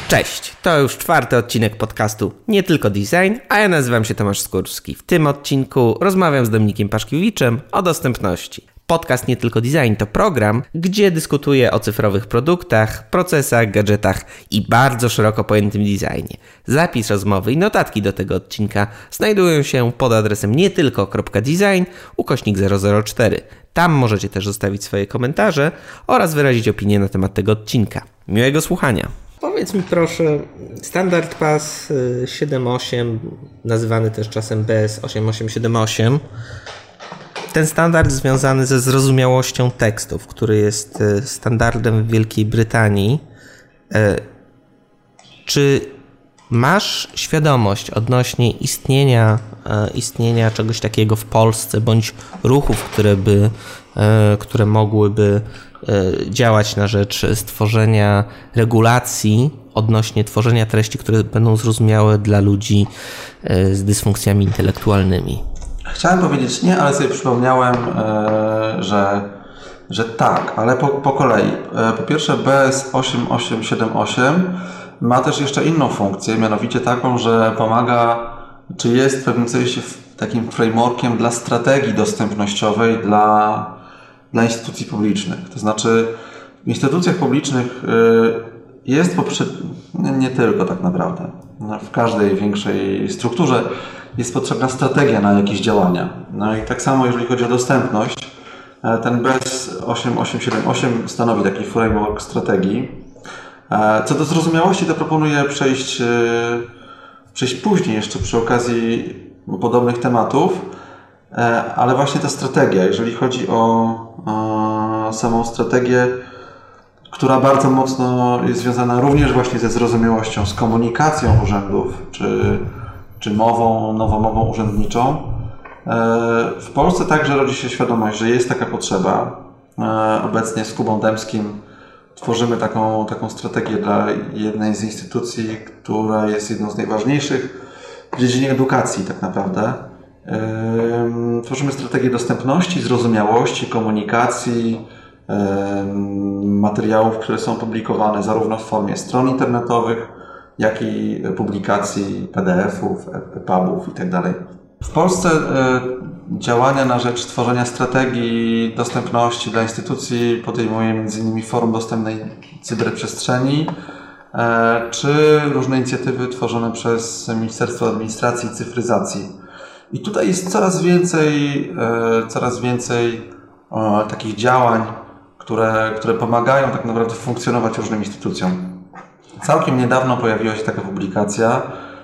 Cześć, to już 4. odcinek podcastu Nie Tylko Design, a ja nazywam się Tomasz Skórski. W tym odcinku rozmawiam z Dominikiem Paszkiewiczem o dostępności. Podcast Nie Tylko Design to program, gdzie dyskutuję o cyfrowych produktach, procesach, gadżetach i bardzo szeroko pojętym designie. Zapis rozmowy i notatki do tego odcinka znajdują się pod adresem nietylko.design/004. Tam możecie też zostawić swoje komentarze oraz wyrazić opinię na temat tego odcinka. Miłego słuchania. Powiedz mi proszę, Standard Pass 7.8, nazywany też czasem BS 8.8.7.8, ten standard związany ze zrozumiałością tekstów, który jest standardem w Wielkiej Brytanii. Czy masz świadomość odnośnie istnienia czegoś takiego w Polsce, bądź ruchów, które mogłyby działać na rzecz stworzenia regulacji odnośnie tworzenia treści, które będą zrozumiałe dla ludzi z dysfunkcjami intelektualnymi? Chciałem powiedzieć nie, ale sobie przypomniałem, że tak, ale po kolei. Po pierwsze BS 8.8.7.8 ma też jeszcze inną funkcję, mianowicie taką, że pomaga, czy jest w pewnym sensie takim frameworkiem dla strategii dostępnościowej dla instytucji publicznych. To znaczy w instytucjach publicznych jest nie tylko tak naprawdę, w każdej większej strukturze jest potrzebna strategia na jakieś działania. No i tak samo jeżeli chodzi o dostępność, ten BS 8.8.7.8 stanowi taki framework strategii. Co do zrozumiałości, to proponuję przejść później jeszcze przy okazji podobnych tematów, ale właśnie ta strategia, jeżeli chodzi o samą strategię, która bardzo mocno jest związana również właśnie ze zrozumiałością, z komunikacją urzędów, czy nowomową urzędniczą. W Polsce także rodzi się świadomość, że jest taka potrzeba. Obecnie z Kubą Dębskim tworzymy taką strategię dla jednej z instytucji, która jest jedną z najważniejszych w dziedzinie edukacji tak naprawdę. Tworzymy strategię dostępności, zrozumiałości, komunikacji, materiałów, które są publikowane zarówno w formie stron internetowych, jak i publikacji PDF-ów, EPUB-ów itd. W Polsce działania na rzecz tworzenia strategii dostępności dla instytucji podejmuje m.in. Forum Dostępnej Cyberprzestrzeni, czy różne inicjatywy tworzone przez Ministerstwo Administracji i Cyfryzacji. I tutaj jest coraz więcej takich działań, które pomagają tak naprawdę funkcjonować różnym instytucjom. Całkiem niedawno pojawiła się taka publikacja,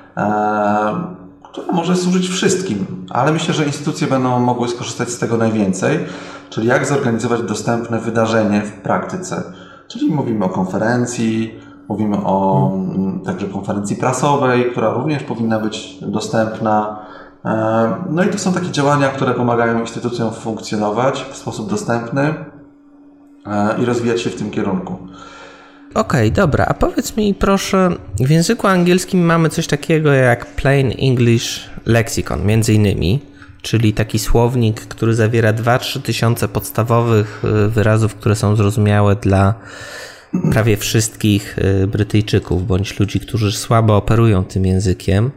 która może służyć wszystkim, ale myślę, że instytucje będą mogły skorzystać z tego najwięcej, czyli jak zorganizować dostępne wydarzenie w praktyce. Czyli mówimy o konferencji, mówimy o także konferencji prasowej, która również powinna być dostępna. No i to są takie działania, które pomagają instytucjom funkcjonować w sposób dostępny i rozwijać się w tym kierunku. Okej, dobra, a powiedz mi proszę, w języku angielskim mamy coś takiego jak Plain English Lexicon, między innymi, czyli taki słownik, który zawiera 2-3 tysiące podstawowych wyrazów, które są zrozumiałe dla prawie wszystkich Brytyjczyków, bądź ludzi, którzy słabo operują tym językiem.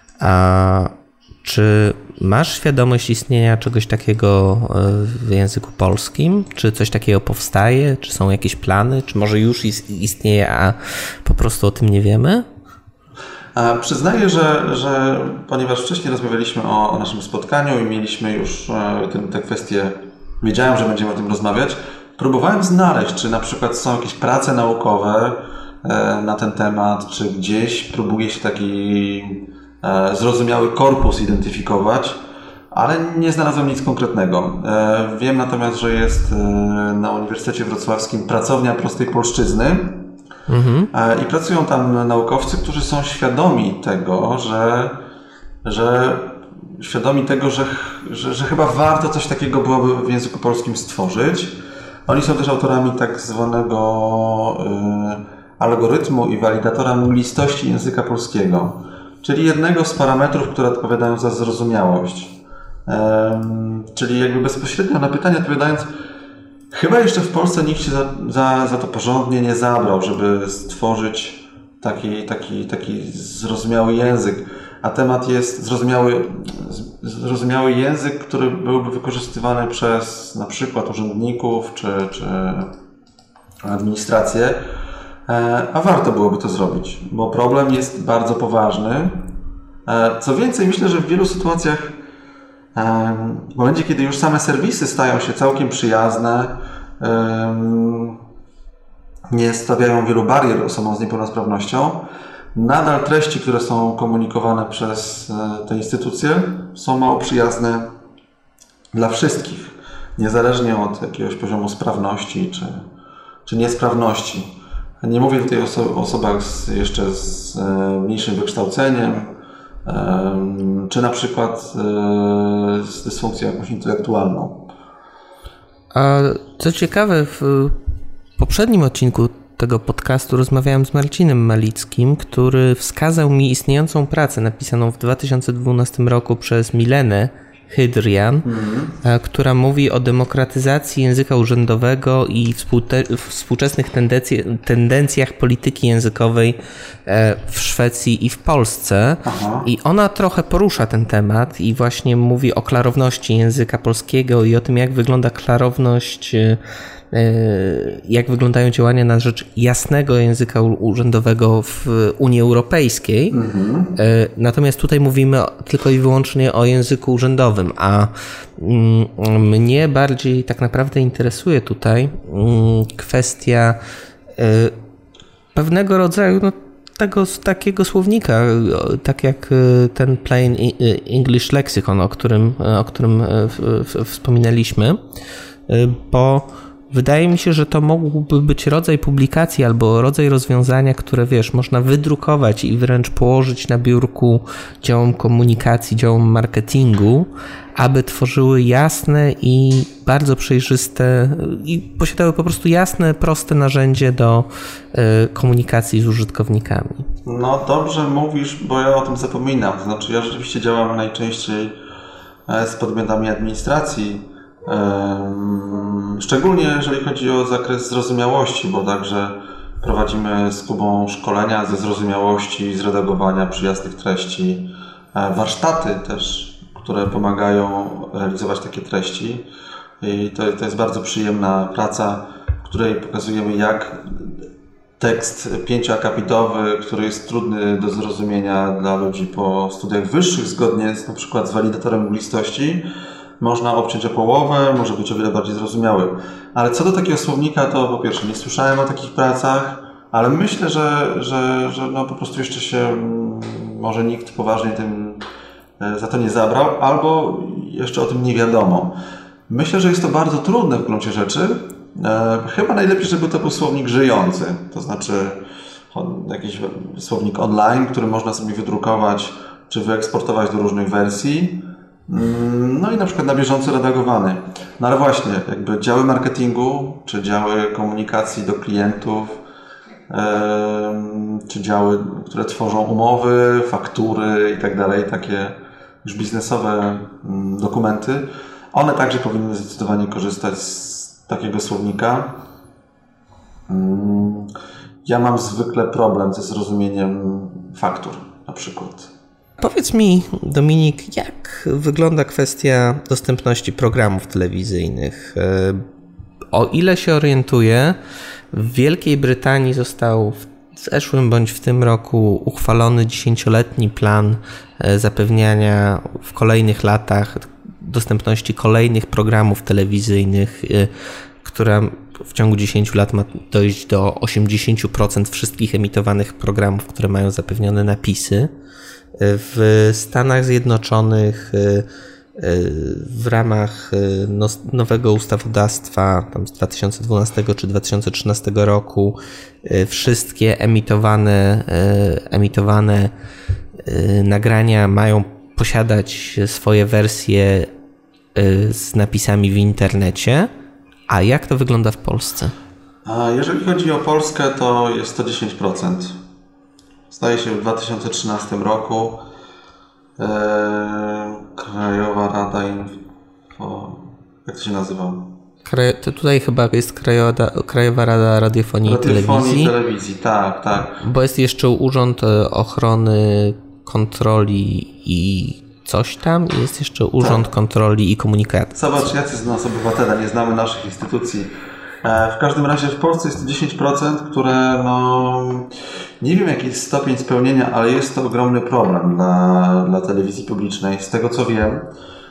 Czy masz świadomość istnienia czegoś takiego w języku polskim? Czy coś takiego powstaje? Czy są jakieś plany? Czy może już istnieje, a po prostu o tym nie wiemy? Przyznaję, że ponieważ wcześniej rozmawialiśmy o naszym spotkaniu i mieliśmy już tę kwestię, wiedziałem, że będziemy o tym rozmawiać, próbowałem znaleźć, czy na przykład są jakieś prace naukowe na ten temat, czy gdzieś próbuje się taki zrozumiały korpus identyfikować, ale nie znalazłem nic konkretnego. Wiem natomiast, że jest na Uniwersytecie Wrocławskim pracownia prostej polszczyzny i pracują tam naukowcy, którzy są świadomi tego, że chyba warto coś takiego byłoby w języku polskim stworzyć. Oni są też autorami tak zwanego algorytmu i walidatora mglistości języka polskiego, czyli jednego z parametrów, które odpowiadają za zrozumiałość. Czyli jakby bezpośrednio na pytanie odpowiadając, chyba jeszcze w Polsce nikt się za to porządnie nie zabrał, żeby stworzyć taki zrozumiały język, a temat jest zrozumiały język, który byłby wykorzystywany przez na przykład urzędników czy administrację, a warto byłoby to zrobić, bo problem jest bardzo poważny. Co więcej, myślę, że w wielu sytuacjach w momencie, kiedy już same serwisy stają się całkiem przyjazne, nie stawiają wielu barier osobom z niepełnosprawnością, nadal treści, które są komunikowane przez te instytucje, są mało przyjazne dla wszystkich, niezależnie od jakiegoś poziomu sprawności czy niesprawności. Nie mówię tutaj o osobach jeszcze z mniejszym wykształceniem, czy na przykład z dysfunkcją jakąś intelektualną. A co ciekawe, w poprzednim odcinku tego podcastu rozmawiałem z Marcinem Malickim, który wskazał mi istniejącą pracę napisaną w 2012 roku przez Milenę Hydrian, która mówi o demokratyzacji języka urzędowego i współczesnych tendencjach polityki językowej w Szwecji i w Polsce. Aha. I ona trochę porusza ten temat i właśnie mówi o klarowności języka polskiego i o tym, jak wygląda klarowność, jak wyglądają działania na rzecz jasnego języka urzędowego w Unii Europejskiej. Natomiast tutaj mówimy tylko i wyłącznie o języku urzędowym, a mnie bardziej tak naprawdę interesuje tutaj kwestia pewnego rodzaju takiego słownika, tak jak ten Plain English Lexicon, o którym wspominaliśmy, bo wydaje mi się, że to mógłby być rodzaj publikacji albo rodzaj rozwiązania, które można wydrukować i wręcz położyć na biurku działom komunikacji, działom marketingu, aby tworzyły jasne i bardzo przejrzyste i posiadały po prostu jasne, proste narzędzie do komunikacji z użytkownikami. No dobrze mówisz, bo ja o tym zapominam. To znaczy ja rzeczywiście działam najczęściej z podmiotami administracji, szczególnie jeżeli chodzi o zakres zrozumiałości, bo także prowadzimy z Kubą szkolenia ze zrozumiałości, z redagowania przyjaznych treści, warsztaty też, które pomagają realizować takie treści i to jest bardzo przyjemna praca, w której pokazujemy, jak tekst 5-akapitowy, który jest trudny do zrozumienia dla ludzi po studiach wyższych, zgodnie na przykład z walidatorem mglistości, można obciąć o połowę, może być o wiele bardziej zrozumiały. Ale co do takiego słownika, to po pierwsze nie słyszałem o takich pracach, ale myślę, że po prostu jeszcze się może nikt poważnie tym za to nie zabrał, albo jeszcze o tym nie wiadomo. Myślę, że jest to bardzo trudne w gruncie rzeczy. Chyba najlepiej, żeby to był słownik żyjący, to znaczy jakiś słownik online, który można sobie wydrukować czy wyeksportować do różnych wersji. No i na przykład na bieżąco redagowany. No ale właśnie, jakby działy marketingu, czy działy komunikacji do klientów, czy działy, które tworzą umowy, faktury i tak dalej, takie już biznesowe dokumenty, one także powinny zdecydowanie korzystać z takiego słownika. Ja mam zwykle problem ze zrozumieniem faktur na przykład. Powiedz mi, Dominik, jak wygląda kwestia dostępności programów telewizyjnych? O ile się orientuję, w Wielkiej Brytanii został w zeszłym bądź w tym roku uchwalony 10-letni plan zapewniania w kolejnych latach dostępności kolejnych programów telewizyjnych, która w ciągu 10 lat ma dojść do 80% wszystkich emitowanych programów, które mają zapewnione napisy. W Stanach Zjednoczonych w ramach nowego ustawodawstwa tam z 2012 czy 2013 roku wszystkie emitowane nagrania mają posiadać swoje wersje z napisami w internecie. A jak to wygląda w Polsce? A jeżeli chodzi o Polskę, to jest to 10%. Zdaje się w 2013 roku Krajowa Rada jak to się nazywa? Tutaj chyba jest Krajowa Rada Radiofonii i Telewizji, tak. Bo jest jeszcze Urząd Ochrony Kontroli i coś tam i jest jeszcze Urząd Kontroli i Komunikacji. Zobacz, jacy z nas obywatele, nie znamy naszych instytucji. W każdym razie w Polsce jest to 10%, które nie wiem jaki jest stopień spełnienia, ale jest to ogromny problem dla telewizji publicznej, z tego co wiem.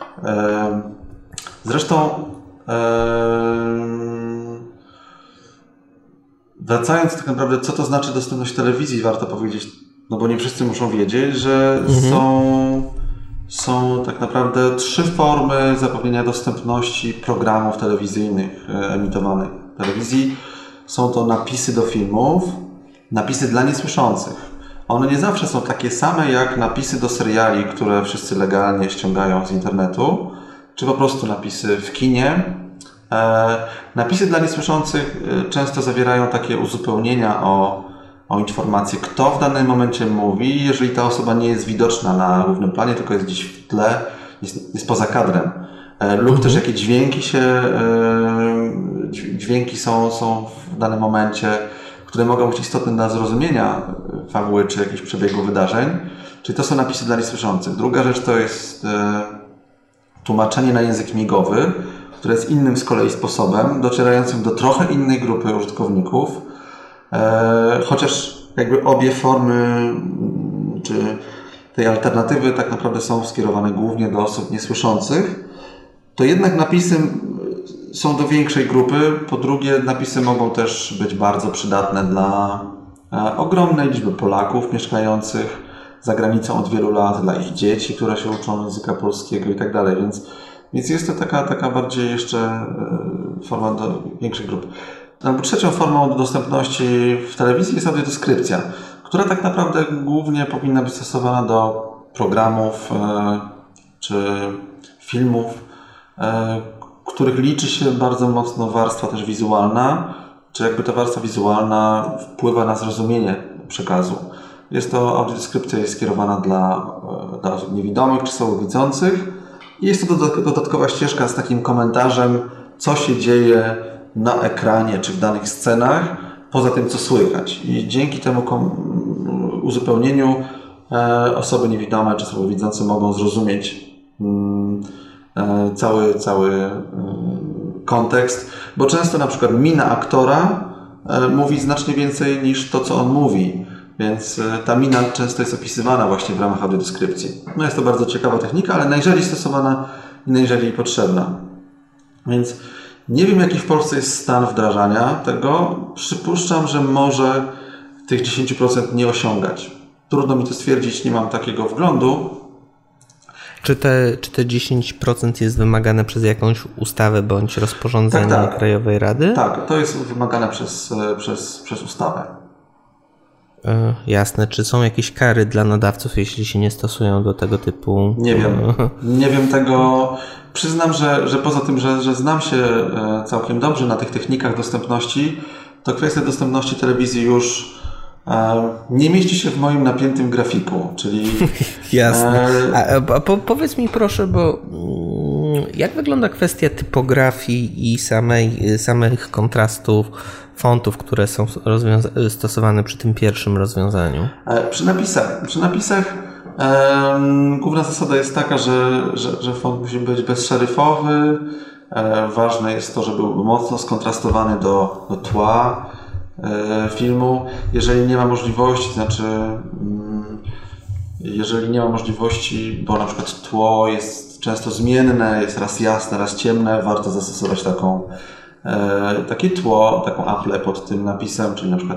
Zresztą wracając tak naprawdę, co to znaczy dostępność telewizji, warto powiedzieć, bo nie wszyscy muszą wiedzieć, że są tak naprawdę 3 formy zapewnienia dostępności programów telewizyjnych emitowanych w telewizji. Są to napisy do filmów, napisy dla niesłyszących. One nie zawsze są takie same jak napisy do seriali, które wszyscy legalnie ściągają z internetu, czy po prostu napisy w kinie. Napisy dla niesłyszących często zawierają takie uzupełnienia o informację, kto w danym momencie mówi, jeżeli ta osoba nie jest widoczna na głównym planie, tylko jest gdzieś w tle, jest poza kadrem. Lub też jakie dźwięki są w danym momencie, które mogą być istotne dla zrozumienia fabuły czy jakichś przebiegu wydarzeń. Czyli to są napisy dla niesłyszących. Druga rzecz to jest tłumaczenie na język migowy, które jest innym z kolei sposobem, docierającym do trochę innej grupy użytkowników. Chociaż jakby obie formy czy tej alternatywy tak naprawdę są skierowane głównie do osób niesłyszących, to jednak napisy są do większej grupy. Po drugie, napisy mogą też być bardzo przydatne dla ogromnej liczby Polaków mieszkających za granicą od wielu lat, dla ich dzieci, które się uczą języka polskiego i tak dalej. Więc jest to taka bardziej jeszcze forma do większej grupy. Trzecią formą dostępności w telewizji jest audiodeskrypcja, która tak naprawdę głównie powinna być stosowana do programów czy filmów, których liczy się bardzo mocno warstwa też wizualna, czy jakby ta warstwa wizualna wpływa na zrozumienie przekazu. Jest to audiodeskrypcja jest skierowana dla osób niewidomych czy słabowidzących i jest to dodatkowa ścieżka z takim komentarzem, co się dzieje na ekranie czy w danych scenach, poza tym co słychać. I dzięki temu uzupełnieniu osoby niewidome czy słabowidzące mogą zrozumieć cały kontekst, bo często na przykład mina aktora mówi znacznie więcej niż to, co on mówi, więc ta mina często jest opisywana właśnie w ramach audiodeskrypcji. Jest to bardzo ciekawa technika, ale najrzadziej stosowana i najrzadziej potrzebna. Więc nie wiem, jaki w Polsce jest stan wdrażania tego. Przypuszczam, że może tych 10% nie osiągać. Trudno mi to stwierdzić, nie mam takiego wglądu. Czy te 10% jest wymagane przez jakąś ustawę bądź rozporządzenie Krajowej Rady? Tak, to jest wymagane przez ustawę. Jasne. Czy są jakieś kary dla nadawców, jeśli się nie stosują do tego typu... Nie wiem. Nie wiem tego. Przyznam, że poza tym, że znam się całkiem dobrze na tych technikach dostępności, to kwestia dostępności telewizji już nie mieści się w moim napiętym grafiku, czyli... Jasne. A powiedz mi proszę, bo jak wygląda kwestia typografii i samych kontrastów, fontów, które są stosowane przy tym pierwszym rozwiązaniu? Przy napisach główna zasada jest taka, że font musi być bezszeryfowy. Ważne jest to, żeby był mocno skontrastowany do tła filmu. Jeżeli nie ma możliwości, bo na przykład tło jest często zmienne, jest raz jasne, raz ciemne, warto zastosować takie tło, taką aplę pod tym napisem, czyli na przykład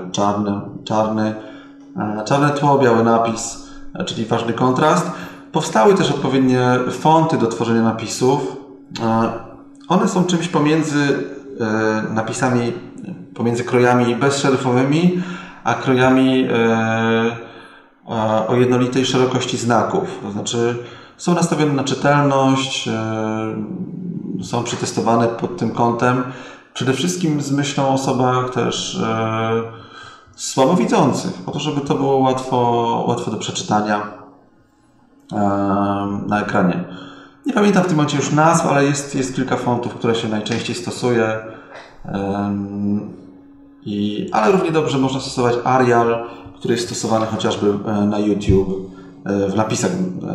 czarne tło, biały napis, czyli ważny kontrast. Powstały też odpowiednie fonty do tworzenia napisów. One są czymś pomiędzy napisami, pomiędzy krojami bezszeryfowymi, a krojami o jednolitej szerokości znaków. To znaczy są nastawione na czytelność, są przetestowane pod tym kątem. Przede wszystkim z myślą o osobach też słabowidzących, po to, żeby to było łatwo do przeczytania na ekranie. Nie pamiętam w tym momencie już nazw, ale jest kilka fontów, które się najczęściej stosuje. Ale równie dobrze można stosować Arial, który jest stosowany chociażby na YouTube w napisach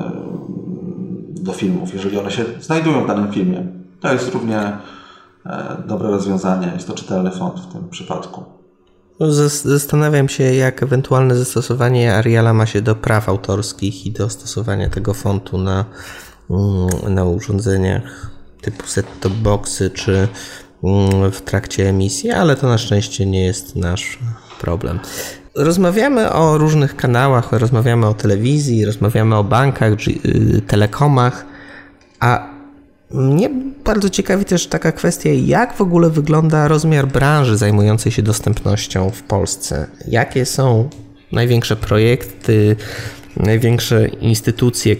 do filmów, jeżeli one się znajdują w danym filmie. To jest równie dobre rozwiązanie, jest to czytelny font w tym przypadku. Zastanawiam się, jak ewentualne zastosowanie Ariala ma się do praw autorskich i do stosowania tego fontu na urządzeniach typu set-top boxy czy w trakcie emisji, ale to na szczęście nie jest nasz problem. Rozmawiamy o różnych kanałach, rozmawiamy o telewizji, rozmawiamy o bankach, telekomach, a mnie bardzo ciekawi też taka kwestia, jak w ogóle wygląda rozmiar branży zajmującej się dostępnością w Polsce. Jakie są największe projekty, największe instytucje,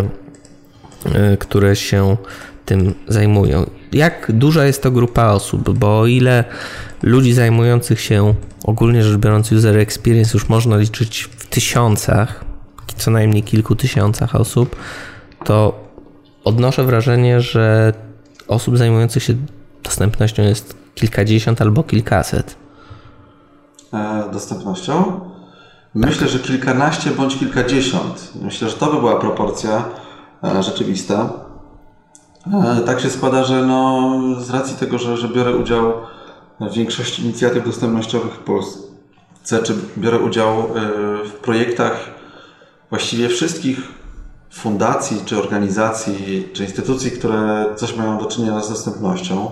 które się tym zajmują. Jak duża jest to grupa osób, bo o ile ludzi zajmujących się ogólnie rzecz biorąc user experience już można liczyć w tysiącach, co najmniej kilku tysiącach osób, to odnoszę wrażenie, że osób zajmujących się dostępnością jest kilkadziesiąt albo kilkaset. Dostępnością? Myślę, że kilkanaście bądź kilkadziesiąt. Myślę, że to by była proporcja rzeczywista. Tak się składa, że z racji tego, że biorę udział w większości inicjatyw dostępnościowych w Polsce, czy biorę udział w projektach właściwie wszystkich fundacji, czy organizacji, czy instytucji, które coś mają do czynienia z dostępnością.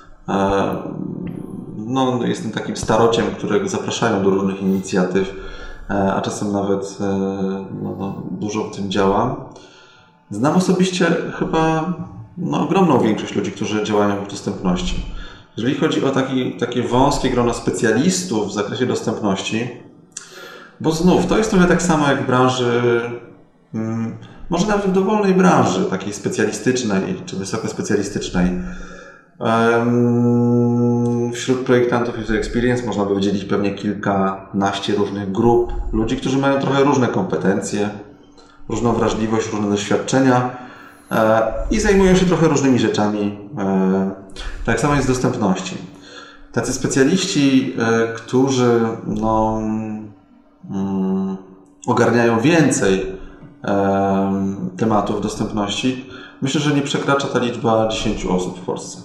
Jestem takim starociem, którego zapraszają do różnych inicjatyw, a czasem nawet dużo w tym działam. Znam osobiście chyba ogromną większość ludzi, którzy działają w dostępności. Jeżeli chodzi o takie wąskie grono specjalistów w zakresie dostępności, bo znów to jest trochę tak samo jak w branży, może nawet w dowolnej branży, takiej specjalistycznej czy wysokospecjalistycznej. Wśród projektantów User Experience można by wydzielić pewnie kilkanaście różnych grup ludzi, którzy mają trochę różne kompetencje, różną wrażliwość, różne doświadczenia i zajmują się trochę różnymi rzeczami. Tak samo jest z dostępności. Tacy specjaliści, którzy ogarniają więcej tematów dostępności, myślę, że nie przekracza ta liczba 10 osób w Polsce.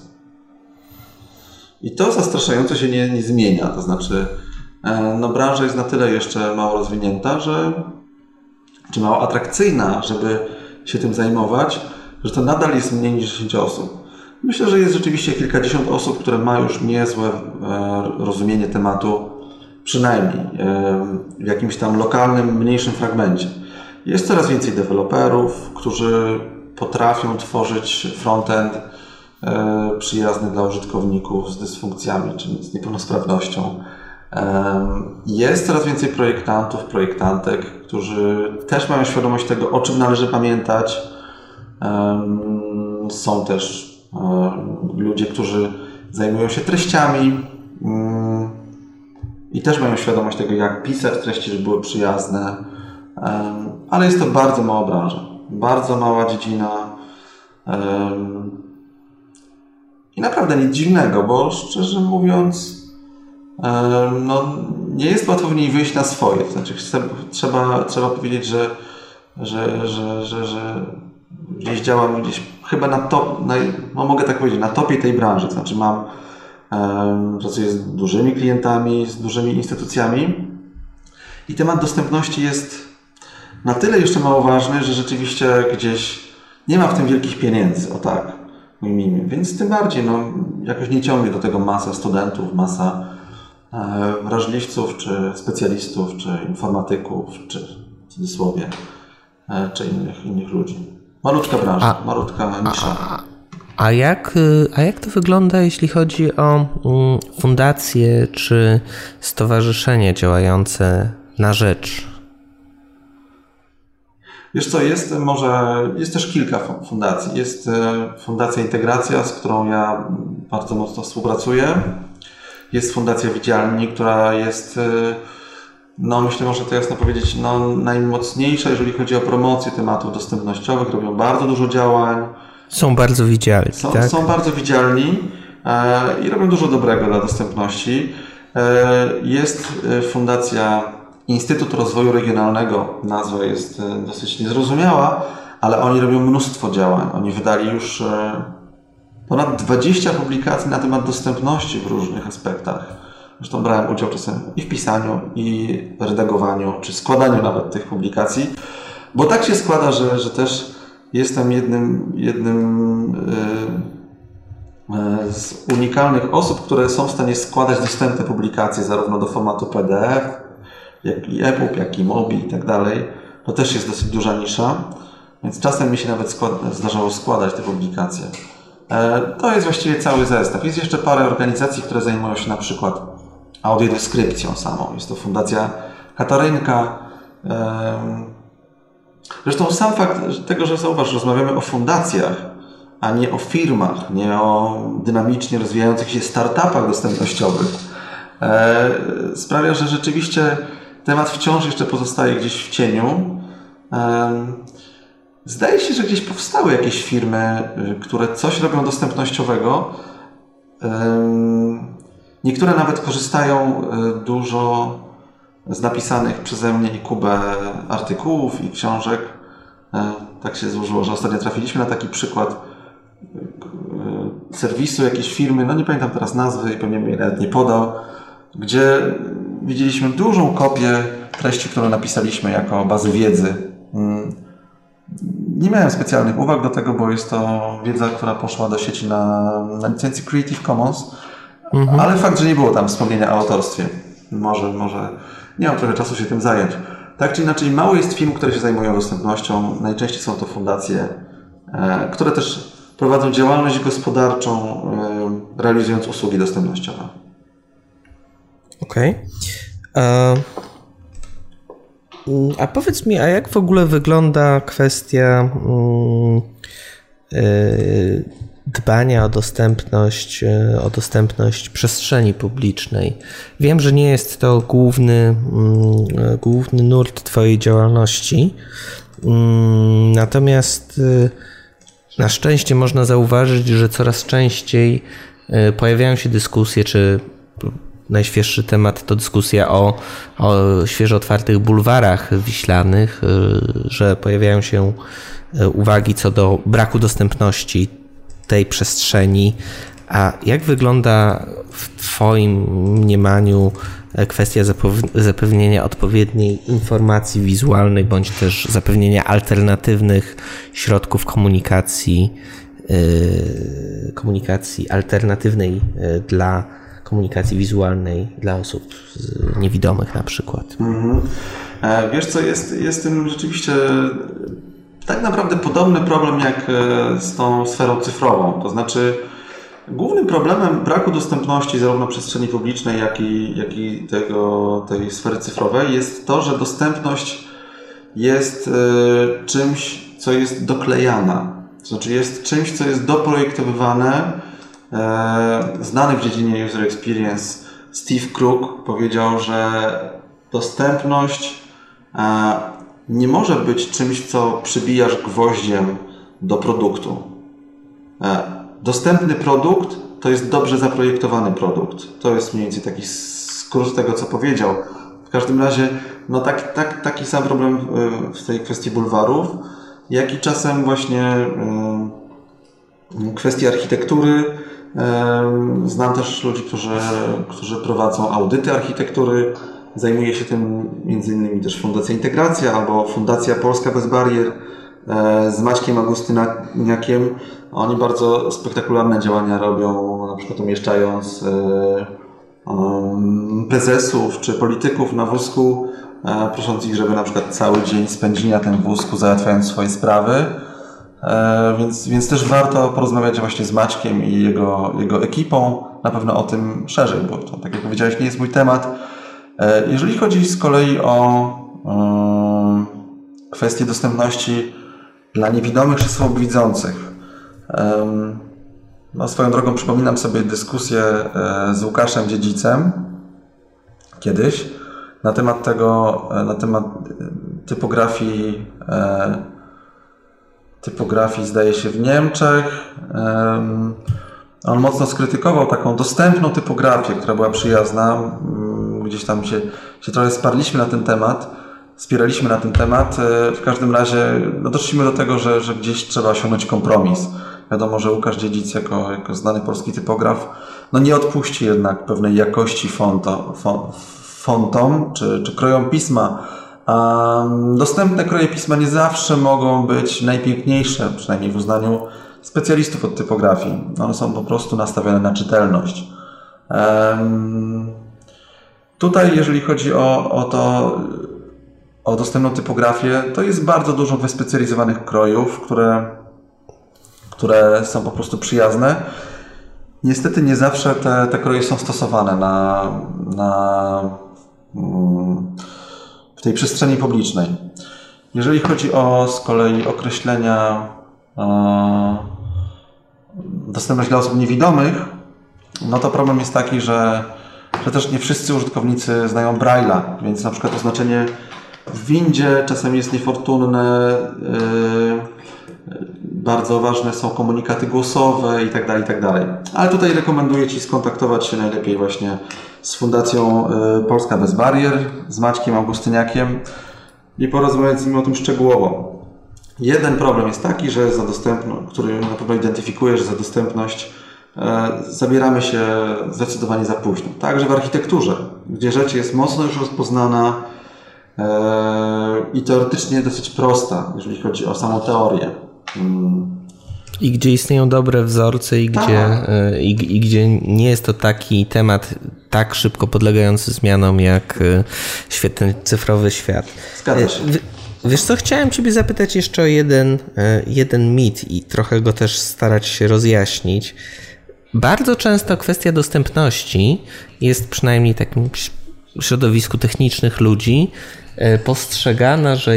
I to zastraszająco się nie zmienia. To znaczy, branża jest na tyle jeszcze mało rozwinięta, czy mało atrakcyjna, żeby się tym zajmować, że to nadal jest mniej niż 10 osób. Myślę, że jest rzeczywiście kilkadziesiąt osób, które ma już niezłe rozumienie tematu, przynajmniej w jakimś tam lokalnym, mniejszym fragmencie. Jest coraz więcej deweloperów, którzy potrafią tworzyć frontend przyjazny dla użytkowników z dysfunkcjami czy z niepełnosprawnością. Jest coraz więcej projektantów, projektantek, którzy też mają świadomość tego, o czym należy pamiętać. Są też ludzie, którzy zajmują się treściami i też mają świadomość tego, jak pisać treści, żeby były przyjazne. Ale jest to bardzo mała branża, bardzo mała dziedzina i naprawdę nic dziwnego, bo szczerze mówiąc nie jest łatwo w niej wyjść na swoje. To znaczy trzeba powiedzieć, że gdzieś działam chyba na top, mogę tak powiedzieć, na topie tej branży. To znaczy pracuję z dużymi klientami, z dużymi instytucjami i temat dostępności jest na tyle jeszcze mało ważny, że rzeczywiście gdzieś nie ma w tym wielkich pieniędzy, o tak, ujmijmy. Więc tym bardziej jakoś nie ciągnie do tego masa studentów, masa wrażliwców, czy specjalistów, czy informatyków, czy w cudzysłowie, czy innych ludzi. Malutka branża, malutka nisza. A jak to wygląda, jeśli chodzi o fundacje czy stowarzyszenia działające na rzecz? Wiesz co, jest też kilka fundacji. Jest Fundacja Integracja, z którą ja bardzo mocno współpracuję. Jest Fundacja Widzialni, która jest, myślę, można to jasno powiedzieć, najmocniejsza, jeżeli chodzi o promocję tematów dostępnościowych. Robią bardzo dużo działań. Są bardzo widzialni. Tak? Są bardzo widzialni i robią dużo dobrego dla dostępności. Jest fundacja Instytut Rozwoju Regionalnego, nazwa jest dosyć niezrozumiała, ale oni robią mnóstwo działań. Oni wydali już ponad 20 publikacji na temat dostępności w różnych aspektach. Zresztą brałem udział czasem i w pisaniu, i redagowaniu, czy składaniu nawet tych publikacji, bo tak się składa, że też jestem jednym z unikalnych osób, które są w stanie składać dostępne publikacje zarówno do formatu PDF, jak i EPUB, jak i MOBI i tak dalej. To też jest dosyć duża nisza, więc czasem mi się nawet zdarzało składać te publikacje. To jest właściwie cały zestaw. Jest jeszcze parę organizacji, które zajmują się na przykład audiodeskrypcją samą. Jest to Fundacja Katarynka. Zresztą sam fakt tego, że zauważ, rozmawiamy o fundacjach, a nie o firmach, nie o dynamicznie rozwijających się startupach dostępnościowych, sprawia, że rzeczywiście temat wciąż jeszcze pozostaje gdzieś w cieniu. Zdaje się, że gdzieś powstały jakieś firmy, które coś robią dostępnościowego. Niektóre nawet korzystają dużo z napisanych przeze mnie i Kubę artykułów i książek. Tak się złożyło, że ostatnio trafiliśmy na taki przykład serwisu jakiejś firmy, no nie pamiętam teraz nazwy i pewnie mnie nawet nie podał, gdzie widzieliśmy dużą kopię treści, którą napisaliśmy jako bazy wiedzy. Nie miałem specjalnych uwag do tego, bo jest to wiedza, która poszła do sieci na licencji Creative Commons, ale fakt, że nie było tam wspomnienia o autorstwie. Może nie mam trochę czasu się tym zająć. Tak czy inaczej, mało jest firm, które się zajmują dostępnością. Najczęściej są to fundacje, które też prowadzą działalność gospodarczą, realizując usługi dostępnościowe. Okej. A powiedz mi, a jak w ogóle wygląda kwestia dbania o dostępność przestrzeni publicznej? Wiem, że nie jest to główny nurt Twojej działalności, natomiast na szczęście można zauważyć, że coraz częściej pojawiają się dyskusje, czy najświeższy temat to dyskusja o świeżo otwartych bulwarach wiślanych, że pojawiają się uwagi co do braku dostępności tej przestrzeni. A jak wygląda w Twoim mniemaniu kwestia zapewnienia odpowiedniej informacji wizualnej, bądź też zapewnienia alternatywnych środków komunikacji alternatywnej dla komunikacji wizualnej dla osób niewidomych na przykład? Wiesz co, jest tym rzeczywiście tak naprawdę podobny problem jak z tą sferą cyfrową. To znaczy głównym problemem braku dostępności zarówno przestrzeni publicznej, jak i tej sfery cyfrowej jest to, że dostępność jest czymś, co jest doklejana. To znaczy jest czymś, co jest doprojektowywane. Znany w dziedzinie User Experience Steve Krug powiedział, że dostępność nie może być czymś, co przybijasz gwoździem do produktu. Dostępny produkt to jest dobrze zaprojektowany produkt. To jest mniej więcej taki skrót tego, co powiedział. W każdym razie no taki sam problem w tej kwestii bulwarów, jak i czasem właśnie kwestii architektury. Znam też ludzi, którzy prowadzą audyty architektury. Zajmuje się tym m.in. też Fundacja Integracja albo Fundacja Polska Bez Barier z Maćkiem Augustyniakiem. Oni bardzo spektakularne działania robią, na przykład umieszczając prezesów czy polityków na wózku, prosząc ich, żeby na przykład cały dzień spędzili na tym wózku, załatwiając swoje sprawy. Więc też warto porozmawiać właśnie z Maćkiem i jego ekipą na pewno o tym szerzej, bo to, tak jak powiedziałeś, nie jest mój temat. Jeżeli chodzi z kolei o kwestię dostępności dla niewidomych czy słabowidzących, no swoją drogą przypominam sobie dyskusję z Łukaszem Dziedzicem kiedyś na temat typografii typografii, zdaje się, w Niemczech. On mocno skrytykował taką dostępną typografię, która była przyjazna. Gdzieś tam się trochę spieraliśmy na ten temat. W każdym razie doszliśmy do tego, że gdzieś trzeba osiągnąć kompromis. Wiadomo, że Łukasz Dziedzic jako znany polski typograf nie odpuści jednak pewnej jakości fontom czy krojom pisma. A dostępne kroje pisma nie zawsze mogą być najpiękniejsze, przynajmniej w uznaniu specjalistów od typografii. One są po prostu nastawione na czytelność. Tutaj, jeżeli chodzi o dostępną typografię, to jest bardzo dużo wyspecjalizowanych krojów, które są po prostu przyjazne. Niestety nie zawsze te kroje są stosowane w tej przestrzeni publicznej. Jeżeli chodzi z kolei określenia dostępność dla osób niewidomych, to problem jest taki, że też nie wszyscy użytkownicy znają Braille'a, więc na przykład oznaczenie w windzie czasem jest niefortunne, bardzo ważne są komunikaty głosowe itd. Ale tutaj rekomenduję Ci skontaktować się najlepiej właśnie z Fundacją Polska Bez Barier, z Maćkiem Augustyniakiem i porozmawiać z nim o tym szczegółowo. Jeden problem jest taki, że który na pewno identyfikuje, że za dostępność zabieramy się zdecydowanie za późno. Także w architekturze, gdzie rzecz jest mocno już rozpoznana i teoretycznie dosyć prosta, jeżeli chodzi o samą teorię. I gdzie istnieją dobre wzorce i gdzie nie jest to taki temat tak szybko podlegający zmianom jak świetny cyfrowy świat. Zgadza się. Wiesz co, chciałem Ciebie zapytać jeszcze o jeden mit i trochę go też starać się rozjaśnić. Bardzo często kwestia dostępności jest przynajmniej w takim środowisku technicznych ludzi postrzegana, że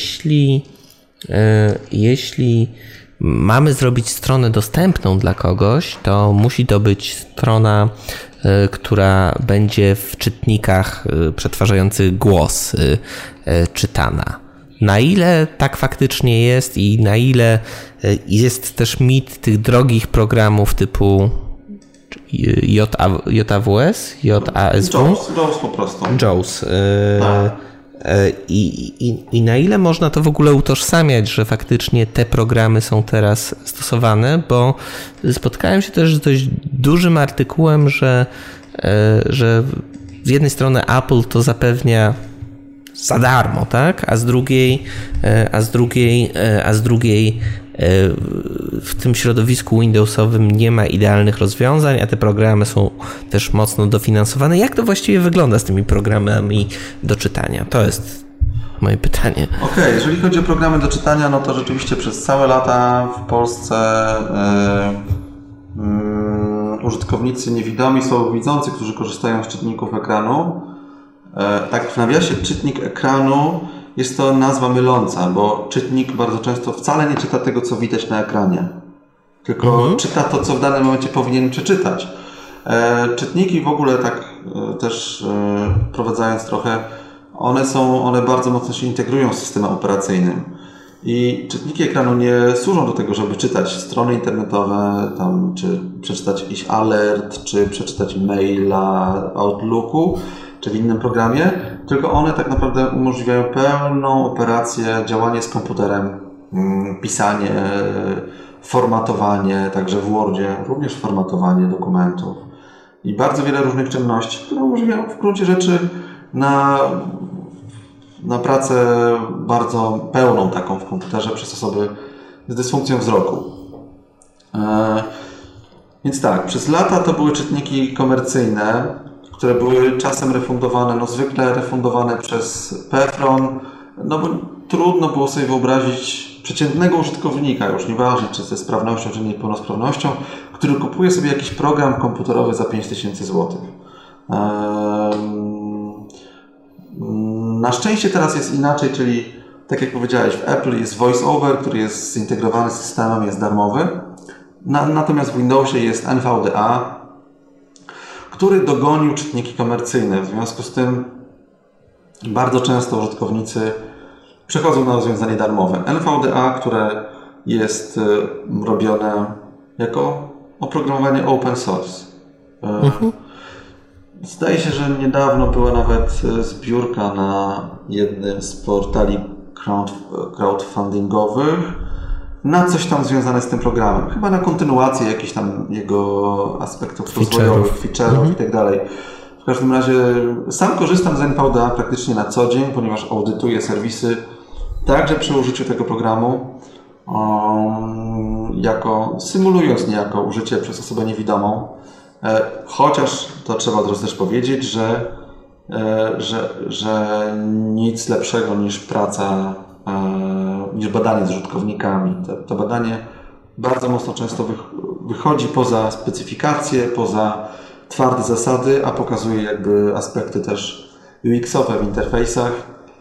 jeśli mamy zrobić stronę dostępną dla kogoś, to musi to być strona, która będzie w czytnikach przetwarzających głos czytana. Na ile tak faktycznie jest i na ile jest też mit tych drogich programów typu JAWS? JAWS po prostu. JAWS. I na ile można to w ogóle utożsamiać, że faktycznie te programy są teraz stosowane, bo spotkałem się też z dość dużym artykułem, że z jednej strony Apple to zapewnia za darmo, tak? A z drugiej w tym środowisku Windowsowym nie ma idealnych rozwiązań, a te programy są też mocno dofinansowane. Jak to właściwie wygląda z tymi programami do czytania? To jest moje pytanie. Okej, jeżeli chodzi o programy do czytania, to rzeczywiście przez całe lata w Polsce użytkownicy niewidomi, słabowidzący, którzy korzystają z czytników ekranu. Tak w nawiasie czytnik ekranu jest to nazwa myląca, bo czytnik bardzo często wcale nie czyta tego, co widać na ekranie, tylko czyta to, co w danym momencie powinien przeczytać. Czytniki w ogóle tak też wprowadzając trochę, one bardzo mocno się integrują z systemem operacyjnym. I czytniki ekranu nie służą do tego, żeby czytać strony internetowe, czy przeczytać jakiś alert, czy przeczytać maila w Outlooku, czy w innym programie, tylko one tak naprawdę umożliwiają pełną operację, działanie z komputerem, pisanie, formatowanie, także w Wordzie, również formatowanie dokumentów i bardzo wiele różnych czynności, które umożliwiają w gruncie rzeczy na pracę bardzo pełną taką w komputerze przez osoby z dysfunkcją wzroku. Więc tak, przez lata to były czytniki komercyjne, które były czasem refundowane, zwykle refundowane przez PFRON, bo trudno było sobie wyobrazić przeciętnego użytkownika, już nieważne czy ze sprawnością, czy niepełnosprawnością, który kupuje sobie jakiś program komputerowy za 5000 zł. Na szczęście teraz jest inaczej, czyli tak jak powiedziałeś, w Apple jest VoiceOver, który jest zintegrowany z systemem, jest darmowy. Natomiast w Windowsie jest NVDA, który dogonił czytniki komercyjne. W związku z tym bardzo często użytkownicy przechodzą na rozwiązanie darmowe. NVDA, które jest robione jako oprogramowanie open source. Zdaje się, że niedawno była nawet zbiórka na jednym z portali crowdfundingowych na coś tam związane z tym programem. Chyba na kontynuację jakichś tam jego aspektów rozwojowych, feature'ów i tak dalej. W każdym razie sam korzystam z NVDA praktycznie na co dzień, ponieważ audytuję serwisy także przy użyciu tego programu, symulując niejako użycie przez osobę niewidomą. Chociaż to trzeba od razu też powiedzieć, że nic lepszego niż praca, niż badanie z użytkownikami. To badanie bardzo mocno często wychodzi poza specyfikacje, poza twarde zasady, a pokazuje jakby aspekty też UX-owe w interfejsach,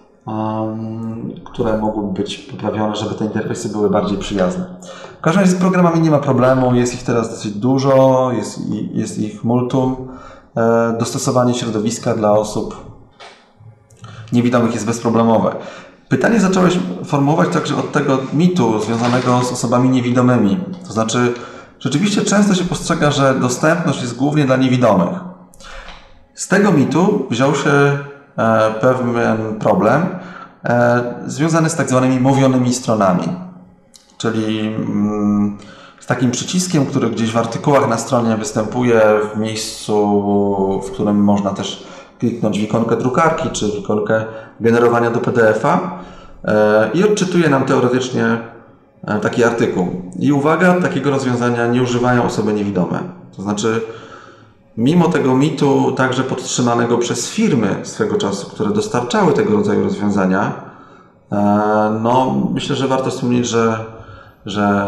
które mogłyby być poprawione, żeby te interfejsy były bardziej przyjazne. W każdym razie z programami nie ma problemu, jest ich teraz dosyć dużo, jest ich multum. Dostosowanie środowiska dla osób niewidomych jest bezproblemowe. Pytanie zacząłeś formułować także od tego mitu związanego z osobami niewidomymi. To znaczy, rzeczywiście często się postrzega, że dostępność jest głównie dla niewidomych. Z tego mitu wziął się pewien problem związany z tak zwanymi mówionymi stronami. Czyli z takim przyciskiem, który gdzieś w artykułach na stronie występuje w miejscu, w którym można też kliknąć w ikonkę drukarki czy w ikonkę generowania do PDF-a i odczytuje nam teoretycznie taki artykuł. I uwaga, takiego rozwiązania nie używają osoby niewidome. To znaczy, mimo tego mitu, także podtrzymanego przez firmy swego czasu, które dostarczały tego rodzaju rozwiązania, myślę, że warto wspomnieć, że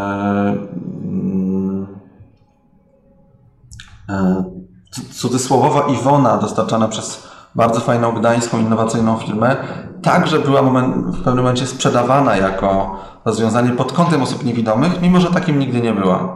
cudzysłowowa Iwona dostarczana przez bardzo fajną gdańską, innowacyjną firmę także była w pewnym momencie sprzedawana jako rozwiązanie pod kątem osób niewidomych, mimo że takim nigdy nie była.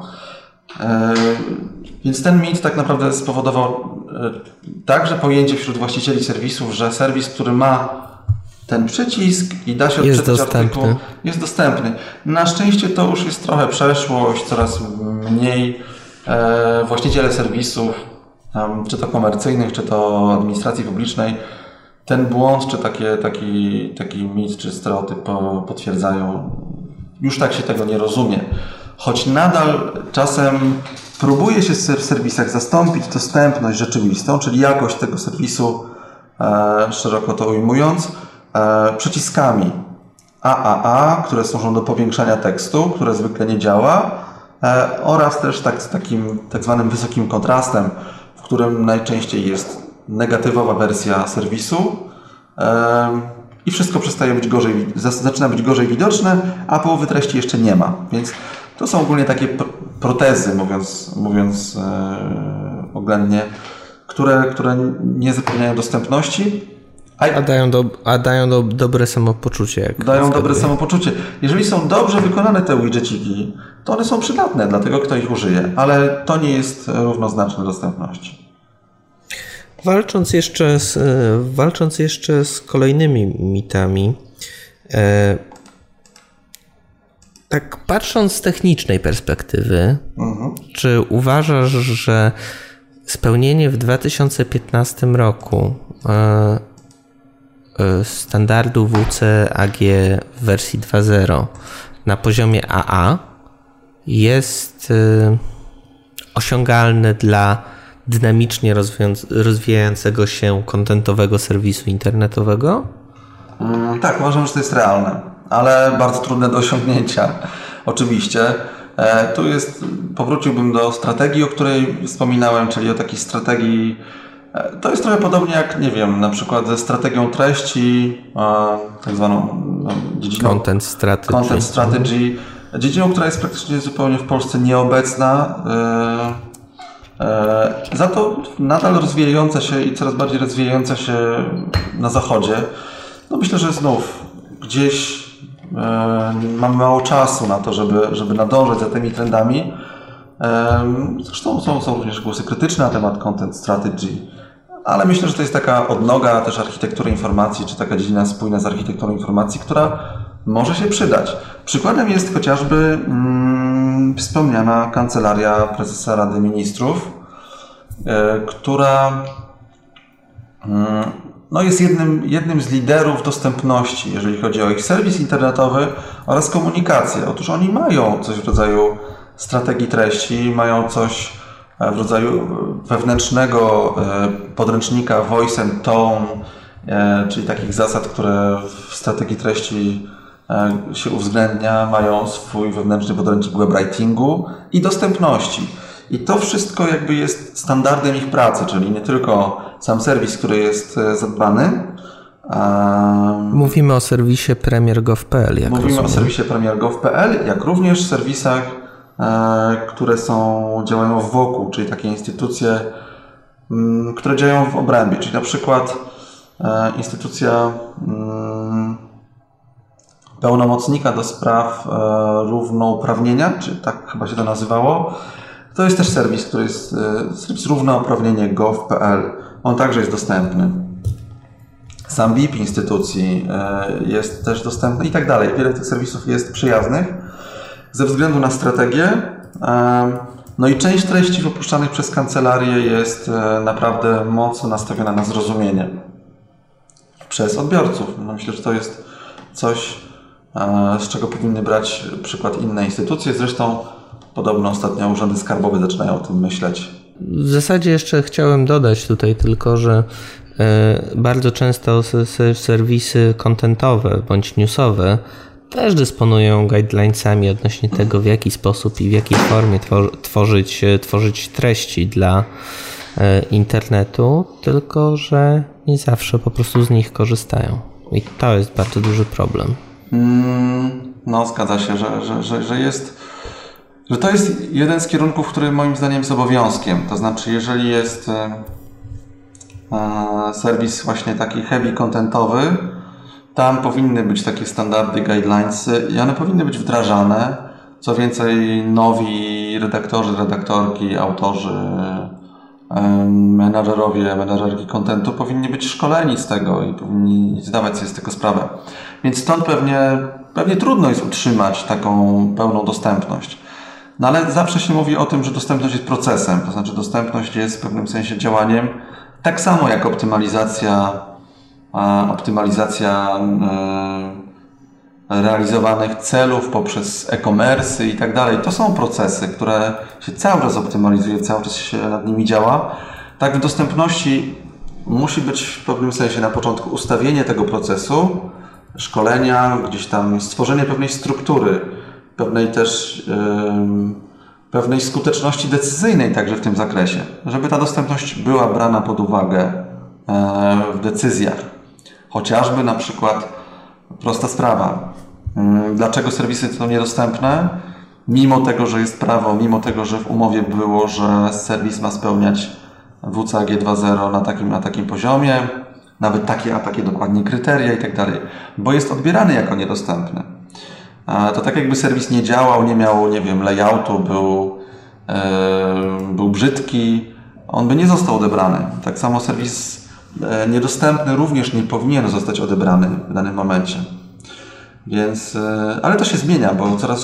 Więc ten mit tak naprawdę spowodował także pojęcie wśród właścicieli serwisów, że serwis, który ma ten przycisk i da się odczytać artykuł, jest dostępny. Na szczęście to już jest trochę przeszłość, coraz mniej właściciele serwisów, czy to komercyjnych, czy to administracji publicznej, ten błąd, czy taki mit, czy stereotyp potwierdzają. Już tak się tego nie rozumie. Choć nadal czasem próbuje się w serwisach zastąpić dostępność rzeczywistą, czyli jakość tego serwisu, szeroko to ujmując, przyciskami AAA, które służą do powiększania tekstu, które zwykle nie działa, oraz też z takim tak zwanym wysokim kontrastem, w którym najczęściej jest negatywowa wersja serwisu i wszystko zaczyna być gorzej widoczne, a połowy treści jeszcze nie ma. Więc to są ogólnie takie protezy, mówiąc oględnie, które nie zapewniają dostępności. A dają dobre samopoczucie. Dają dobre samopoczucie. Jeżeli są dobrze wykonane te widgeciki, to one są przydatne dla tego, kto ich użyje, ale to nie jest równoznaczne dostępności. Walcząc jeszcze z kolejnymi mitami, tak patrząc z technicznej perspektywy, czy uważasz, że spełnienie w 2015 roku standardu WCAG w wersji 2.0 na poziomie AA jest osiągalne dla dynamicznie rozwijającego się kontentowego serwisu internetowego? Tak, uważam, że to jest realne, ale bardzo trudne do osiągnięcia. Oczywiście. Powróciłbym do strategii, o której wspominałem, czyli o takiej strategii. To jest trochę podobnie jak, nie wiem, na przykład ze strategią treści, tak zwaną dziedziną Content Strategy, dziedziną, która jest praktycznie zupełnie w Polsce nieobecna, za to nadal rozwijająca się i coraz bardziej rozwijająca się na zachodzie. Myślę, że znów gdzieś mamy mało czasu na to, żeby nadążać za tymi trendami. Zresztą są również głosy krytyczne na temat Content Strategy, ale myślę, że to jest taka odnoga też architektury informacji, czy taka dziedzina spójna z architekturą informacji, która może się przydać. Przykładem jest chociażby wspomniana Kancelaria Prezesa Rady Ministrów, która jest jednym z liderów dostępności, jeżeli chodzi o ich serwis internetowy oraz komunikację. Otóż oni mają coś w rodzaju strategii treści, mają coś w rodzaju wewnętrznego podręcznika Voice and Tone, czyli takich zasad, które w strategii treści się uwzględnia, mają swój wewnętrzny podręcznik webwritingu i dostępności. I to wszystko jakby jest standardem ich pracy, czyli nie tylko sam serwis, który jest zadbany. Mówimy o serwisie premier.gov.pl. Mówimy o serwisie premier.gov.pl, jak również serwisach, które działają wokół, czyli takie instytucje, które działają w obrębie, czyli na przykład instytucja pełnomocnika do spraw równouprawnienia, czy tak chyba się to nazywało. To jest też serwis, który jest serwis równouprawnienie.gov.pl. On także jest dostępny. Sam BIP instytucji jest też dostępny i tak dalej. Wiele tych serwisów jest przyjaznych ze względu na strategię. No i część treści wypuszczanych przez kancelarię jest naprawdę mocno nastawiona na zrozumienie przez odbiorców. No myślę, że to jest coś, z czego powinny brać przykład inne instytucje. Zresztą podobno ostatnio urzędy skarbowe zaczynają o tym myśleć. W zasadzie jeszcze chciałem dodać tutaj tylko, że bardzo często serwisy contentowe bądź newsowe też dysponują guidelinesami odnośnie tego, w jaki sposób i w jakiej formie tworzyć treści dla internetu, tylko że nie zawsze po prostu z nich korzystają. I to jest bardzo duży problem. No, zgadza się, że to jest jeden z kierunków, który moim zdaniem jest obowiązkiem. To znaczy, jeżeli jest serwis właśnie taki heavy contentowy, tam powinny być takie standardy, guidelinesy i one powinny być wdrażane. Co więcej, nowi redaktorzy, redaktorki, autorzy, menadżerki contentu powinni być szkoleni z tego i powinni zdawać sobie z tego sprawę. Więc stąd pewnie trudno jest utrzymać taką pełną dostępność. No ale zawsze się mówi o tym, że dostępność jest procesem, to znaczy dostępność jest w pewnym sensie działaniem, tak samo jak optymalizacja realizowanych celów poprzez e-commerce i tak dalej. To są procesy, które się cały czas optymalizuje, cały czas się nad nimi działa. Tak w dostępności musi być w pewnym sensie na początku ustawienie tego procesu, szkolenia, gdzieś tam stworzenie pewnej struktury, pewnej skuteczności decyzyjnej także w tym zakresie, żeby ta dostępność była brana pod uwagę w decyzjach. Chociażby na przykład prosta sprawa. Dlaczego serwisy są niedostępne? Mimo tego, że jest prawo, mimo tego, że w umowie było, że serwis ma spełniać WCAG 2.0 na takim poziomie, nawet takie dokładnie kryteria i tak dalej, bo jest odbierany jako niedostępny. To tak jakby serwis nie działał, nie miał, nie wiem, layoutu, był brzydki, on by nie został odebrany. Tak samo serwis niedostępny również nie powinien zostać odebrany w danym momencie. Więc, ale to się zmienia, bo coraz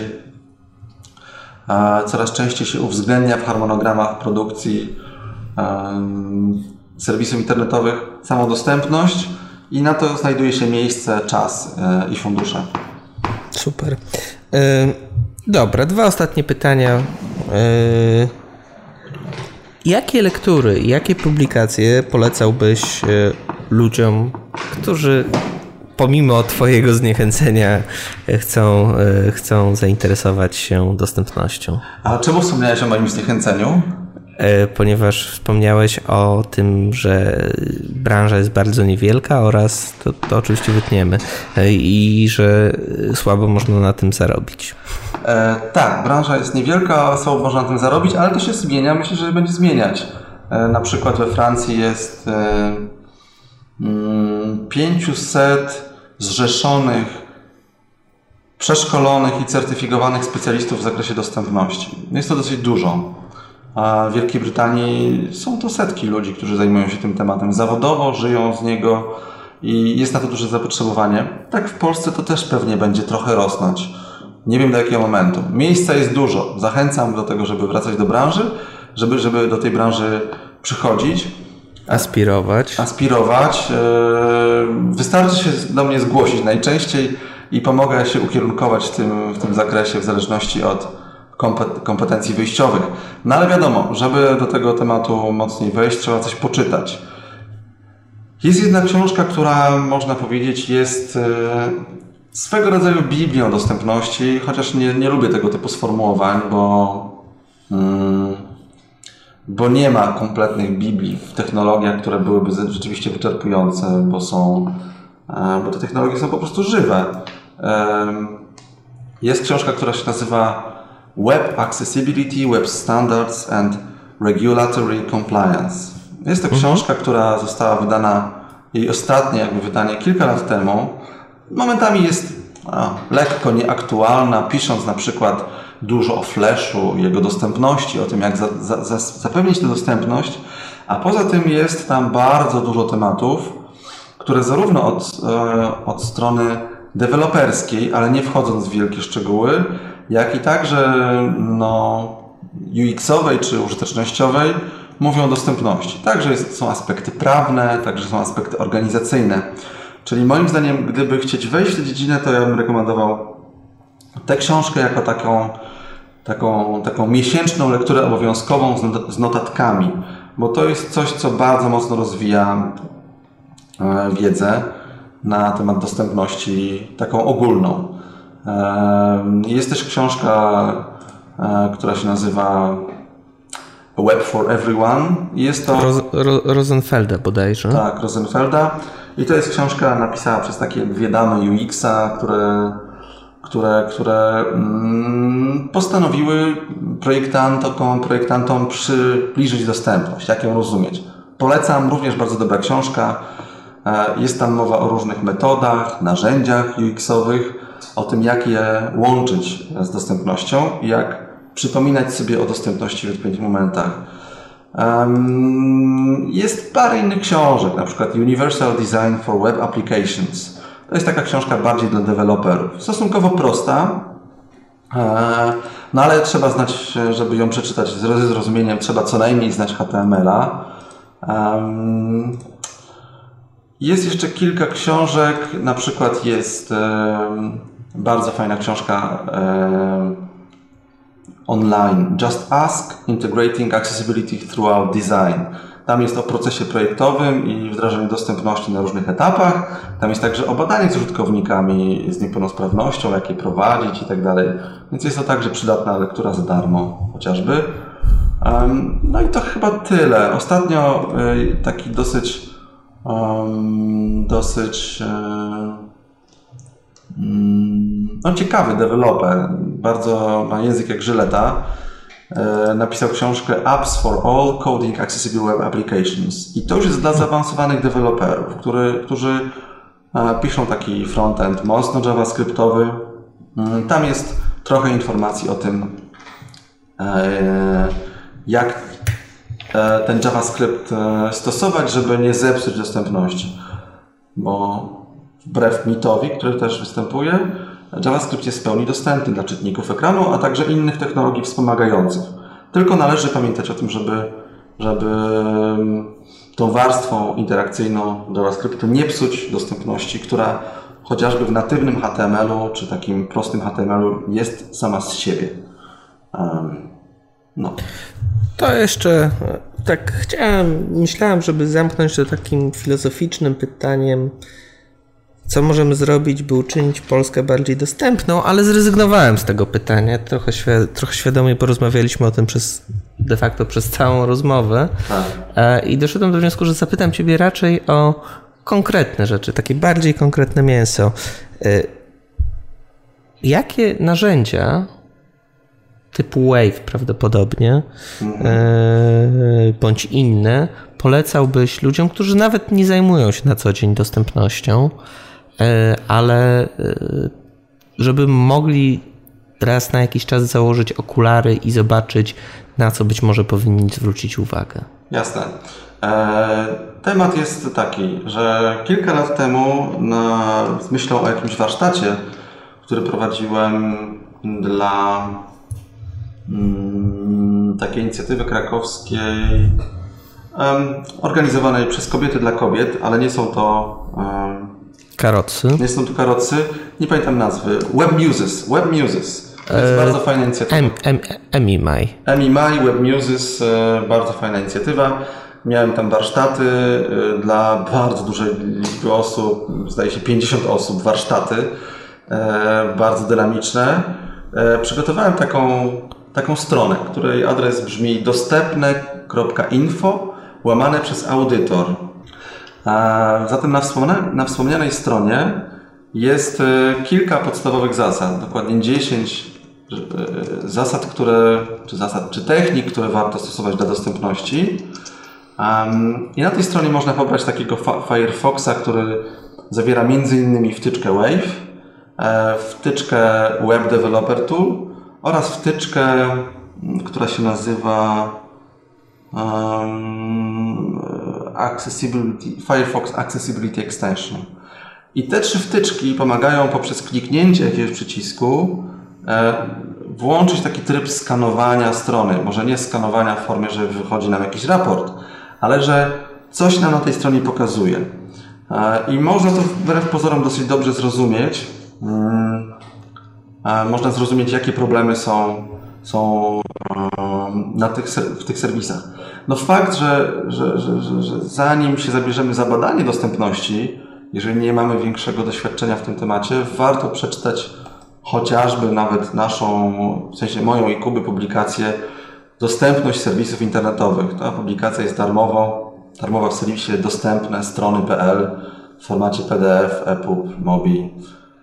częściej się uwzględnia w harmonogramach produkcji serwisów internetowych samą dostępność i na to znajduje się miejsce, czas i fundusze. Super. Dobra, 2 ostatnie pytania. Jakie lektury, jakie publikacje polecałbyś ludziom, którzy pomimo twojego zniechęcenia chcą zainteresować się dostępnością? A czemu wspomniałeś o moim zniechęceniu? Ponieważ wspomniałeś o tym, że branża jest bardzo niewielka oraz, to oczywiście wytniemy, i że słabo można na tym zarobić. Tak, branża jest niewielka, słabo można na tym zarobić, ale to się zmienia, myślę, że będzie zmieniać. Na przykład we Francji jest 500 zrzeszonych, przeszkolonych i certyfikowanych specjalistów w zakresie dostępności. Jest to dosyć dużo. A w Wielkiej Brytanii są to setki ludzi, którzy zajmują się tym tematem zawodowo, żyją z niego i jest na to duże zapotrzebowanie. Tak w Polsce to też pewnie będzie trochę rosnąć. Nie wiem do jakiego momentu. Miejsca jest dużo. Zachęcam do tego, żeby wracać do branży, żeby do tej branży przychodzić. Aspirować. Wystarczy się do mnie zgłosić najczęściej i pomogę się ukierunkować w tym zakresie w zależności od kompetencji wyjściowych. No ale wiadomo, żeby do tego tematu mocniej wejść, trzeba coś poczytać. Jest jedna książka, która można powiedzieć jest swego rodzaju Biblią dostępności, chociaż nie lubię tego typu sformułowań, bo nie ma kompletnych Biblii w technologiach, które byłyby rzeczywiście wyczerpujące, bo te technologie są po prostu żywe. Jest książka, która się nazywa Web Accessibility, Web Standards and Regulatory Compliance. Jest to książka, która została wydana, jej ostatnie wydanie kilka lat temu. Momentami jest lekko nieaktualna, pisząc na przykład dużo o Flashu, jego dostępności, o tym jak zapewnić tę dostępność, a poza tym jest tam bardzo dużo tematów, które zarówno od strony deweloperskiej, ale nie wchodząc w wielkie szczegóły, jak i także UX-owej czy użytecznościowej mówią o dostępności. Także są aspekty prawne, także są aspekty organizacyjne. Czyli moim zdaniem, gdyby chcieć wejść w tę dziedzinę, to ja bym rekomendował tę książkę jako taką miesięczną lekturę obowiązkową z notatkami, bo to jest coś, co bardzo mocno rozwija wiedzę na temat dostępności taką ogólną. Jest też książka, która się nazywa Web for Everyone. Jest to Rosenfelda bodajże. Tak, Rosenfelda. I to jest książka napisana przez takie dwie damy UX-a, które postanowiły projektantom przybliżyć dostępność, jak ją rozumieć. Polecam, również bardzo dobra książka. Jest tam mowa o różnych metodach, narzędziach UX-owych, o tym, jak je łączyć z dostępnością i jak przypominać sobie o dostępności w odpowiednich momentach. Jest parę innych książek, na przykład Universal Design for Web Applications. To jest taka książka bardziej dla deweloperów. Stosunkowo prosta, no ale trzeba znać, żeby ją przeczytać ze zrozumieniem, trzeba co najmniej znać HTML-a. Jest jeszcze kilka książek, na przykład jest bardzo fajna książka online, Just Ask, Integrating Accessibility Throughout Design. Tam jest o procesie projektowym i wdrażaniu dostępności na różnych etapach. Tam jest także o badaniach z użytkownikami z niepełnosprawnością, jak je prowadzić i tak dalej. Więc jest to także przydatna lektura za darmo chociażby. No i to chyba tyle. Ostatnio taki dosyć ciekawy deweloper, bardzo ma język jak żyleta, napisał książkę Apps for All – Coding Accessible Web Applications. I to już jest dla zaawansowanych deweloperów, którzy piszą taki frontend mocno javascriptowy. Tam jest trochę informacji o tym, jak ten JavaScript stosować, żeby nie zepsuć dostępności. Bo wbrew mitowi, który też występuje, JavaScript jest w pełni dostępny dla czytników ekranu, a także innych technologii wspomagających. Tylko należy pamiętać o tym, żeby tą warstwą interakcyjną JavaScriptu nie psuć dostępności, która chociażby w natywnym HTML-u czy takim prostym HTML-u jest sama z siebie. To jeszcze tak myślałem, żeby zamknąć to takim filozoficznym pytaniem, co możemy zrobić, by uczynić Polskę bardziej dostępną, ale zrezygnowałem z tego pytania. Trochę świadomie porozmawialiśmy o tym de facto przez całą rozmowę. I doszedłem do wniosku, że zapytam Ciebie raczej o konkretne rzeczy, takie bardziej konkretne mięso. Jakie narzędzia typu Wave prawdopodobnie, bądź inne, polecałbyś ludziom, którzy nawet nie zajmują się na co dzień dostępnością, ale żeby mogli raz na jakiś czas założyć okulary i zobaczyć, na co być może powinni zwrócić uwagę? Jasne. Temat jest taki, że kilka lat temu z myślą o jakimś warsztacie, który prowadziłem dla takiej inicjatywy krakowskiej organizowanej przez kobiety dla kobiet, ale nie są to karocy. Nie są to karocy, nie pamiętam nazwy. Web Muses. To jest bardzo fajna inicjatywa. Web Muses, bardzo fajna inicjatywa. Miałem tam warsztaty dla bardzo dużej liczby osób, zdaje się 50 osób, warsztaty bardzo dynamiczne. Przygotowałem taką stronę, której adres brzmi dostępne.info/audytor. Zatem na wspomnianej stronie jest kilka podstawowych zasad, dokładnie 10 zasad, czy technik, które warto stosować dla dostępności. I na tej stronie można pobrać takiego Firefoxa, który zawiera m.in. wtyczkę Wave, wtyczkę Web Developer Tool oraz wtyczkę, która się nazywa Firefox Accessibility Extension. I te 3 wtyczki pomagają poprzez kliknięcie jakiegoś przycisku włączyć taki tryb skanowania strony. Może nie skanowania w formie, że wychodzi nam jakiś raport, ale że coś nam na tej stronie pokazuje. I można to wbrew pozorom dosyć dobrze zrozumieć. Można zrozumieć, jakie problemy są w tych serwisach. No fakt, że zanim się zabierzemy za badanie dostępności, jeżeli nie mamy większego doświadczenia w tym temacie, warto przeczytać chociażby nawet naszą, w sensie moją i Kuby publikację Dostępność serwisów internetowych. Ta publikacja jest darmowa w serwisie dostępne strony.pl w formacie PDF, EPUB, MOBI.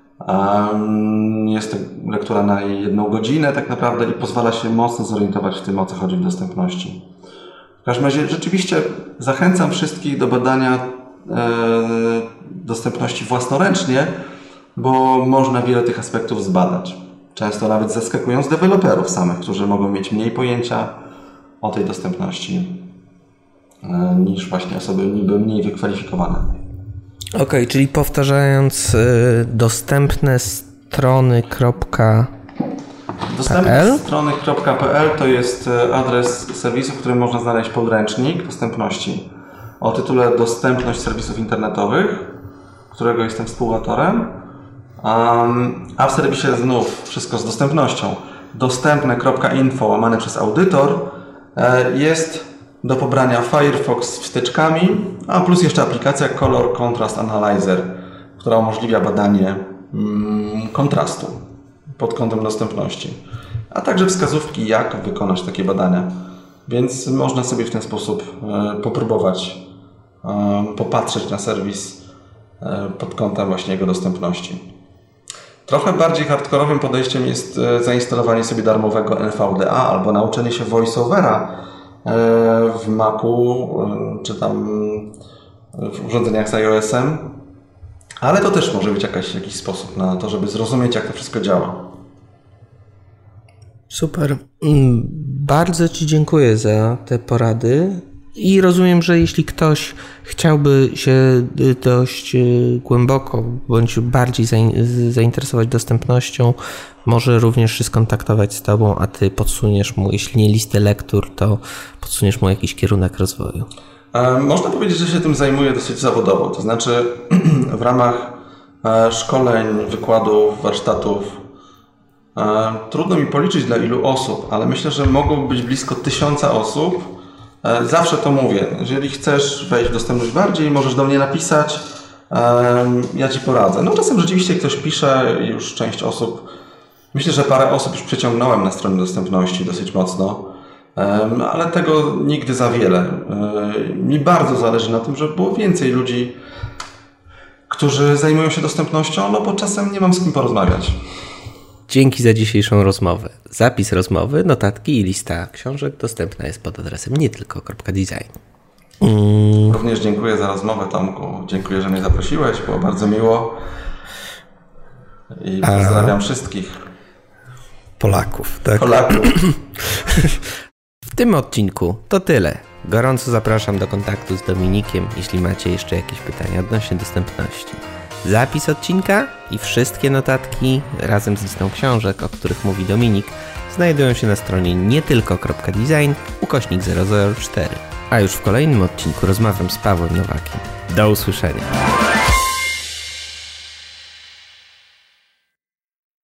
Jest to lektura na 1 godzinę tak naprawdę i pozwala się mocno zorientować w tym, o co chodzi w dostępności. W każdym razie rzeczywiście zachęcam wszystkich do badania dostępności własnoręcznie, bo można wiele tych aspektów zbadać. Często nawet zaskakując deweloperów samych, którzy mogą mieć mniej pojęcia o tej dostępności niż właśnie osoby niby mniej wykwalifikowane. Okej, czyli powtarzając, dostępne strony.pl to jest adres serwisu, w którym można znaleźć podręcznik dostępności o tytule Dostępność serwisów internetowych, którego jestem współautorem. A w serwisie znów wszystko z dostępnością. Dostępne.info/audytor jest do pobrania Firefox z wtyczkami, a plus jeszcze aplikacja Color Contrast Analyzer, która umożliwia badanie kontrastu pod kątem dostępności, a także wskazówki, jak wykonać takie badania. Więc można sobie w ten sposób popróbować popatrzeć na serwis pod kątem właśnie jego dostępności. Trochę bardziej hardkorowym podejściem jest zainstalowanie sobie darmowego NVDA albo nauczenie się VoiceOvera w Macu czy tam w urządzeniach z iOS-em, ale to też może być jakiś sposób na to, żeby zrozumieć, jak to wszystko działa. Super. Bardzo Ci dziękuję za te porady i rozumiem, że jeśli ktoś chciałby się dość głęboko bądź bardziej zainteresować dostępnością, może również się skontaktować z Tobą, a Ty podsuniesz mu, jeśli nie listę lektur, to podsuniesz mu jakiś kierunek rozwoju. Można powiedzieć, że się tym zajmuję dosyć zawodowo. To znaczy w ramach szkoleń, wykładów, warsztatów trudno mi policzyć dla ilu osób, ale myślę, że mogą być blisko 1000 osób. Zawsze to mówię. Jeżeli chcesz wejść w dostępność bardziej, możesz do mnie napisać. Ja Ci poradzę. No czasem rzeczywiście ktoś pisze, już część osób. Myślę, że parę osób już przyciągnąłem na stronę dostępności dosyć mocno, ale tego nigdy za wiele. Mi bardzo zależy na tym, żeby było więcej ludzi, którzy zajmują się dostępnością, no bo czasem nie mam z kim porozmawiać. Dzięki za dzisiejszą rozmowę. Zapis rozmowy, notatki i lista książek dostępna jest pod adresem nietylko.design. Również dziękuję za rozmowę, Tomku. Dziękuję, że mnie zaprosiłeś. Było bardzo miło. I pozdrawiam wszystkich. Polaków, tak? Polaków. W tym odcinku to tyle. Gorąco zapraszam do kontaktu z Dominikiem, jeśli macie jeszcze jakieś pytania odnośnie dostępności. Zapis odcinka i wszystkie notatki razem z listą książek, o których mówi Dominik, znajdują się na stronie nietylko.design/004. A już w kolejnym odcinku rozmawiam z Pawłem Nowakiem. Do usłyszenia.